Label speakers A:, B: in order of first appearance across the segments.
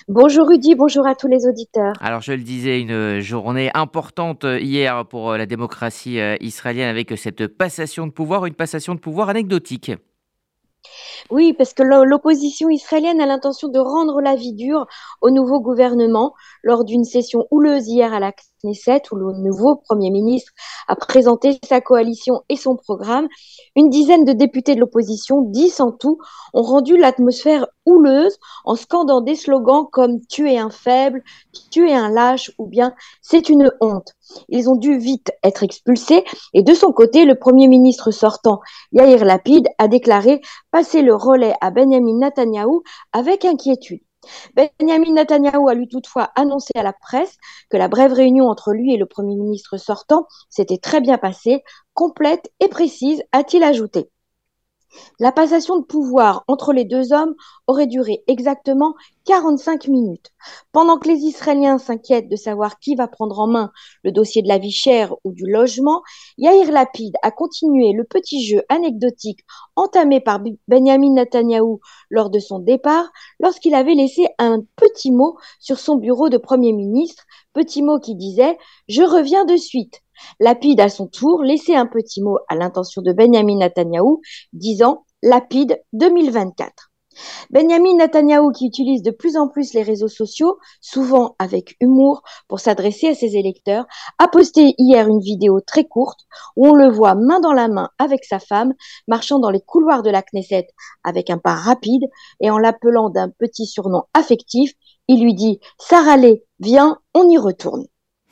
A: Bonjour Rudy, bonjour à tous les auditeurs.
B: Alors je le disais, une journée importante hier pour la démocratie israélienne avec cette passation de pouvoir, une passation de pouvoir anecdotique.
A: Oui, parce que l'opposition israélienne a l'intention de rendre la vie dure au nouveau gouvernement lors d'une session houleuse hier à la Knesset où le nouveau Premier ministre a présenté sa coalition et son programme. Une dizaine de députés de l'opposition, 10 en tout, ont rendu l'atmosphère houleuse en scandant des slogans comme Tu es un faible, tu es un lâche ou bien C'est une honte. Ils ont dû vite être expulsés et de son côté, le Premier ministre sortant, Yair Lapid, a déclaré passer le relais à Benjamin Netanyahou avec inquiétude. Benjamin Netanyahou a lui toutefois annoncé à la presse que la brève réunion entre lui et le Premier ministre sortant s'était très bien passée, complète et précise, a-t-il ajouté. La passation de pouvoir entre les deux hommes aurait duré exactement 45 minutes. Pendant que les Israéliens s'inquiètent de savoir qui va prendre en main le dossier de la vie chère ou du logement, Yair Lapid a continué le petit jeu anecdotique entamé par Benjamin Netanyahou lors de son départ, lorsqu'il avait laissé un petit mot sur son bureau de Premier ministre, petit mot qui disait « Je reviens de suite ». Lapid, à son tour, laissait un petit mot à l'intention de Benjamin Netanyahou, disant Lapide 2024. Benjamin Netanyahou, qui utilise de plus en plus les réseaux sociaux, souvent avec humour, pour s'adresser à ses électeurs, a posté hier une vidéo très courte où on le voit main dans la main avec sa femme, marchant dans les couloirs de la Knesset avec un pas rapide et en l'appelant d'un petit surnom affectif, il lui dit Sarah Lé, viens, on y retourne.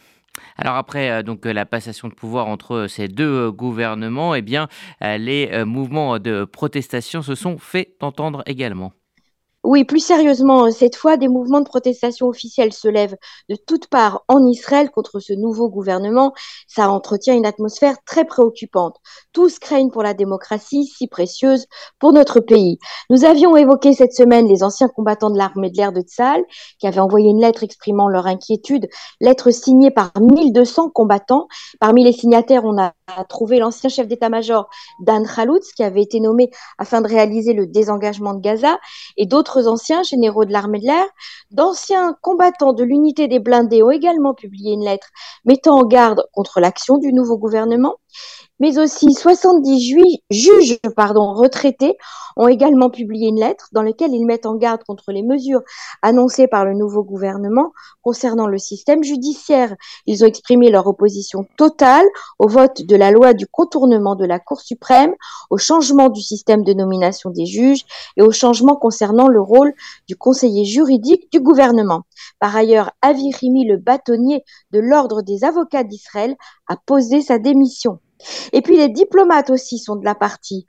B: Alors après la passation de pouvoir entre ces deux gouvernements, eh bien les mouvements de protestation se sont fait entendre également.
A: Oui, plus sérieusement, cette fois, des mouvements de protestation officiels se lèvent de toutes parts en Israël contre ce nouveau gouvernement. Ça entretient une atmosphère très préoccupante. Tous craignent pour la démocratie si précieuse pour notre pays. Nous avions évoqué cette semaine les anciens combattants de l'armée de l'air de Tsahal qui avaient envoyé une lettre exprimant leur inquiétude, lettre signée par 1200 combattants. Parmi les signataires, on a trouvé l'ancien chef d'état-major Dan Khaloutz qui avait été nommé afin de réaliser le désengagement de Gaza et d'autres anciens généraux de l'armée de l'air, d'anciens combattants de l'unité des blindés ont également publié une lettre mettant en garde contre l'action du nouveau gouvernement mais aussi 70 juges retraités ont également publié une lettre dans laquelle ils mettent en garde contre les mesures annoncées par le nouveau gouvernement concernant le système judiciaire. Ils ont exprimé leur opposition totale au vote de la loi du contournement de la Cour suprême, au changement du système de nomination des juges et au changement concernant le rôle du conseiller juridique du gouvernement. Par ailleurs, Avi Rimi, le bâtonnier de l'ordre des avocats d'Israël, a posé sa démission. Et puis les diplomates aussi sont de la partie.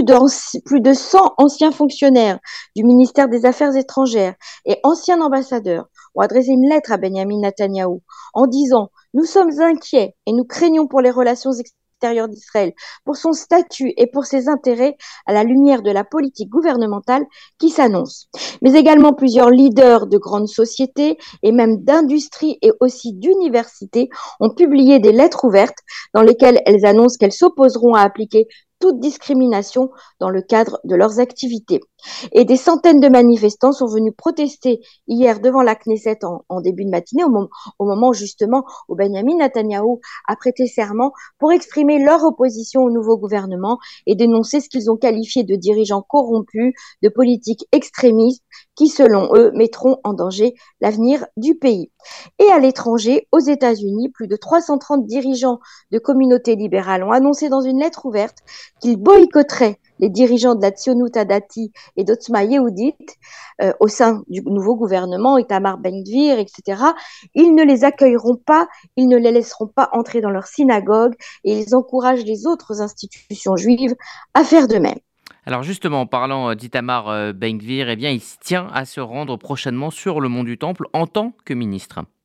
A: Plus de 100 anciens fonctionnaires du ministère des Affaires étrangères et anciens ambassadeurs ont adressé une lettre à Benjamin Netanyahou en disant Nous sommes inquiets et nous craignons pour les relations extérieures d'Israël, pour son statut et pour ses intérêts à la lumière de la politique gouvernementale qui s'annonce. Mais également plusieurs leaders de grandes sociétés et même d'industries et aussi d'universités ont publié des lettres ouvertes dans lesquelles elles annoncent qu'elles s'opposeront à appliquer toute discrimination dans le cadre de leurs activités. Et des centaines de manifestants sont venus protester hier devant la Knesset en début de matinée, au moment justement où Benjamin Netanyahou a prêté serment pour exprimer leur opposition au nouveau gouvernement et dénoncer ce qu'ils ont qualifié de dirigeants corrompus, de politiques extrémistes qui, selon eux, mettront en danger l'avenir du pays. Et à l'étranger, aux États-Unis, plus de 330 dirigeants de communautés libérales ont annoncé dans une lettre ouverte qu'ils boycotteraient les dirigeants de la Tzionut Adati et d'Otzma Yehudit au sein du nouveau gouvernement, Itamar Ben-Gvir, etc. Ils ne les accueilleront pas, ils ne les laisseront pas entrer dans leur synagogue et ils encouragent les autres institutions juives à faire de même.
B: Alors justement, en parlant d'Itamar Ben-Gvir, eh bien il se tient à se rendre prochainement sur le mont du Temple en tant que ministre.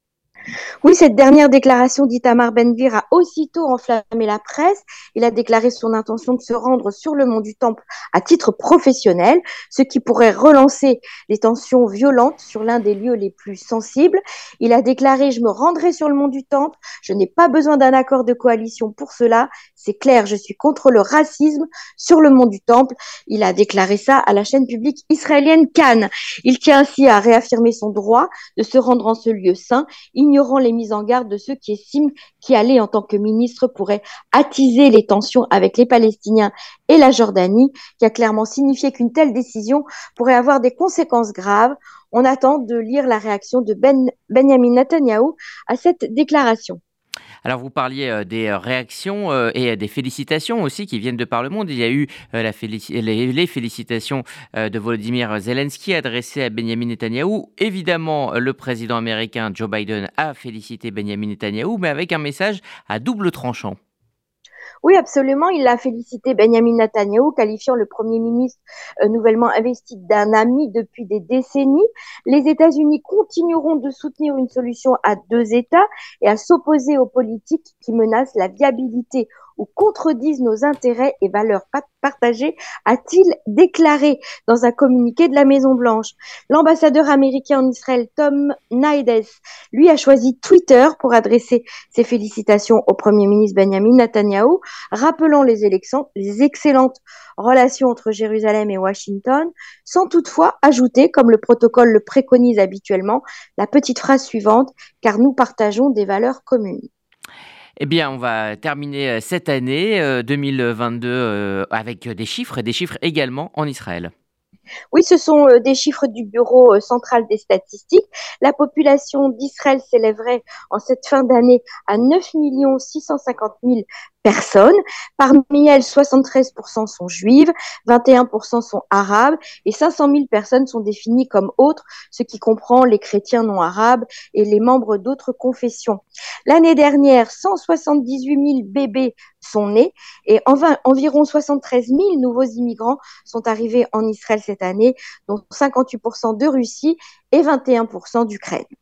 A: Oui, cette dernière déclaration d'Itamar Ben-Gvir a aussitôt enflammé la presse. Il a déclaré son intention de se rendre sur le mont du Temple à titre professionnel, ce qui pourrait relancer les tensions violentes sur l'un des lieux les plus sensibles. Il a déclaré: je me rendrai sur le mont du Temple, je n'ai pas besoin d'un accord de coalition pour cela. C'est clair, je suis contre le racisme sur le mont du Temple. Il a déclaré ça à la chaîne publique israélienne Cannes. Il tient ainsi à réaffirmer son droit de se rendre en ce lieu saint, ignorant les mises en garde de ceux qui estiment qu'y aller en tant que ministre pourrait attiser les tensions avec les Palestiniens et la Jordanie, qui a clairement signifié qu'une telle décision pourrait avoir des conséquences graves. On attend de lire la réaction de Benjamin Netanyahou à cette déclaration.
B: Alors vous parliez, des, réactions, et des félicitations aussi qui viennent de par le monde. Il y a eu, les félicitations, de Volodymyr Zelensky adressées à Benyamin Netanyahou. Évidemment, le président américain Joe Biden a félicité Benyamin Netanyahou, mais avec un message à double tranchant.
A: Oui, absolument. Il a félicité Benjamin Netanyahou, qualifiant le Premier ministre nouvellement investi d'un ami depuis des décennies. Les États-Unis continueront de soutenir une solution à deux États et à s'opposer aux politiques qui menacent la viabilité ou contredisent nos intérêts et valeurs partagées, a-t-il déclaré dans un communiqué de la Maison-Blanche. L'ambassadeur américain en Israël, Tom Nides, lui a choisi Twitter pour adresser ses félicitations au Premier ministre Benjamin Netanyahou, rappelant les excellentes relations entre Jérusalem et Washington, sans toutefois ajouter, comme le protocole le préconise habituellement, la petite phrase suivante: car nous partageons des valeurs communes.
B: Eh bien, on va terminer, cette année, 2022, avec des chiffres et des chiffres également en Israël.
A: Oui, ce sont des chiffres du Bureau central des statistiques. La population d'Israël s'élèverait en cette fin d'année à 9 650 000 personnes. Parmi elles, 73% sont juives, 21% sont arabes et 500 000 personnes sont définies comme autres, ce qui comprend les chrétiens non arabes et les membres d'autres confessions. L'année dernière, 178 000 bébés sont nés et environ 73 000 nouveaux immigrants sont arrivés en Israël cette année, dont 58% de Russie et 21% d'Ukraine.